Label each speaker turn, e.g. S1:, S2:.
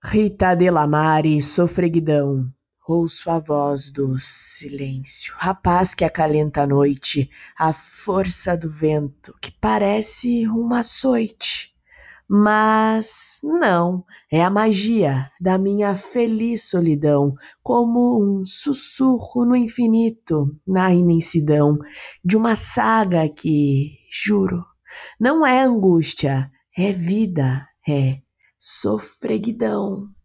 S1: Rita Delamare, sofreguidão, ouço a voz do silêncio, a paz que acalenta a noite, a força do vento que parece um açoite. Mas não, é a magia da minha feliz solidão, como um sussurro no infinito, na imensidão de uma saga que, juro, não é angústia, é vida, é sofreguidão.